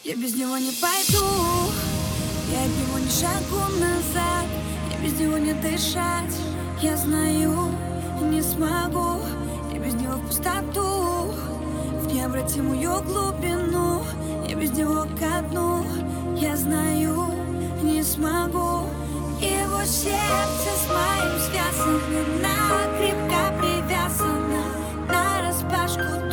Я без него не пойду, я от него ни шагу назад. Я без него не дышать, я знаю, не смогу. Я без него в пустоту, в необратимую глубину. Я без него ко дну, я знаю, не смогу. Его сердце с моим связано, крепко привязано, нараспашку.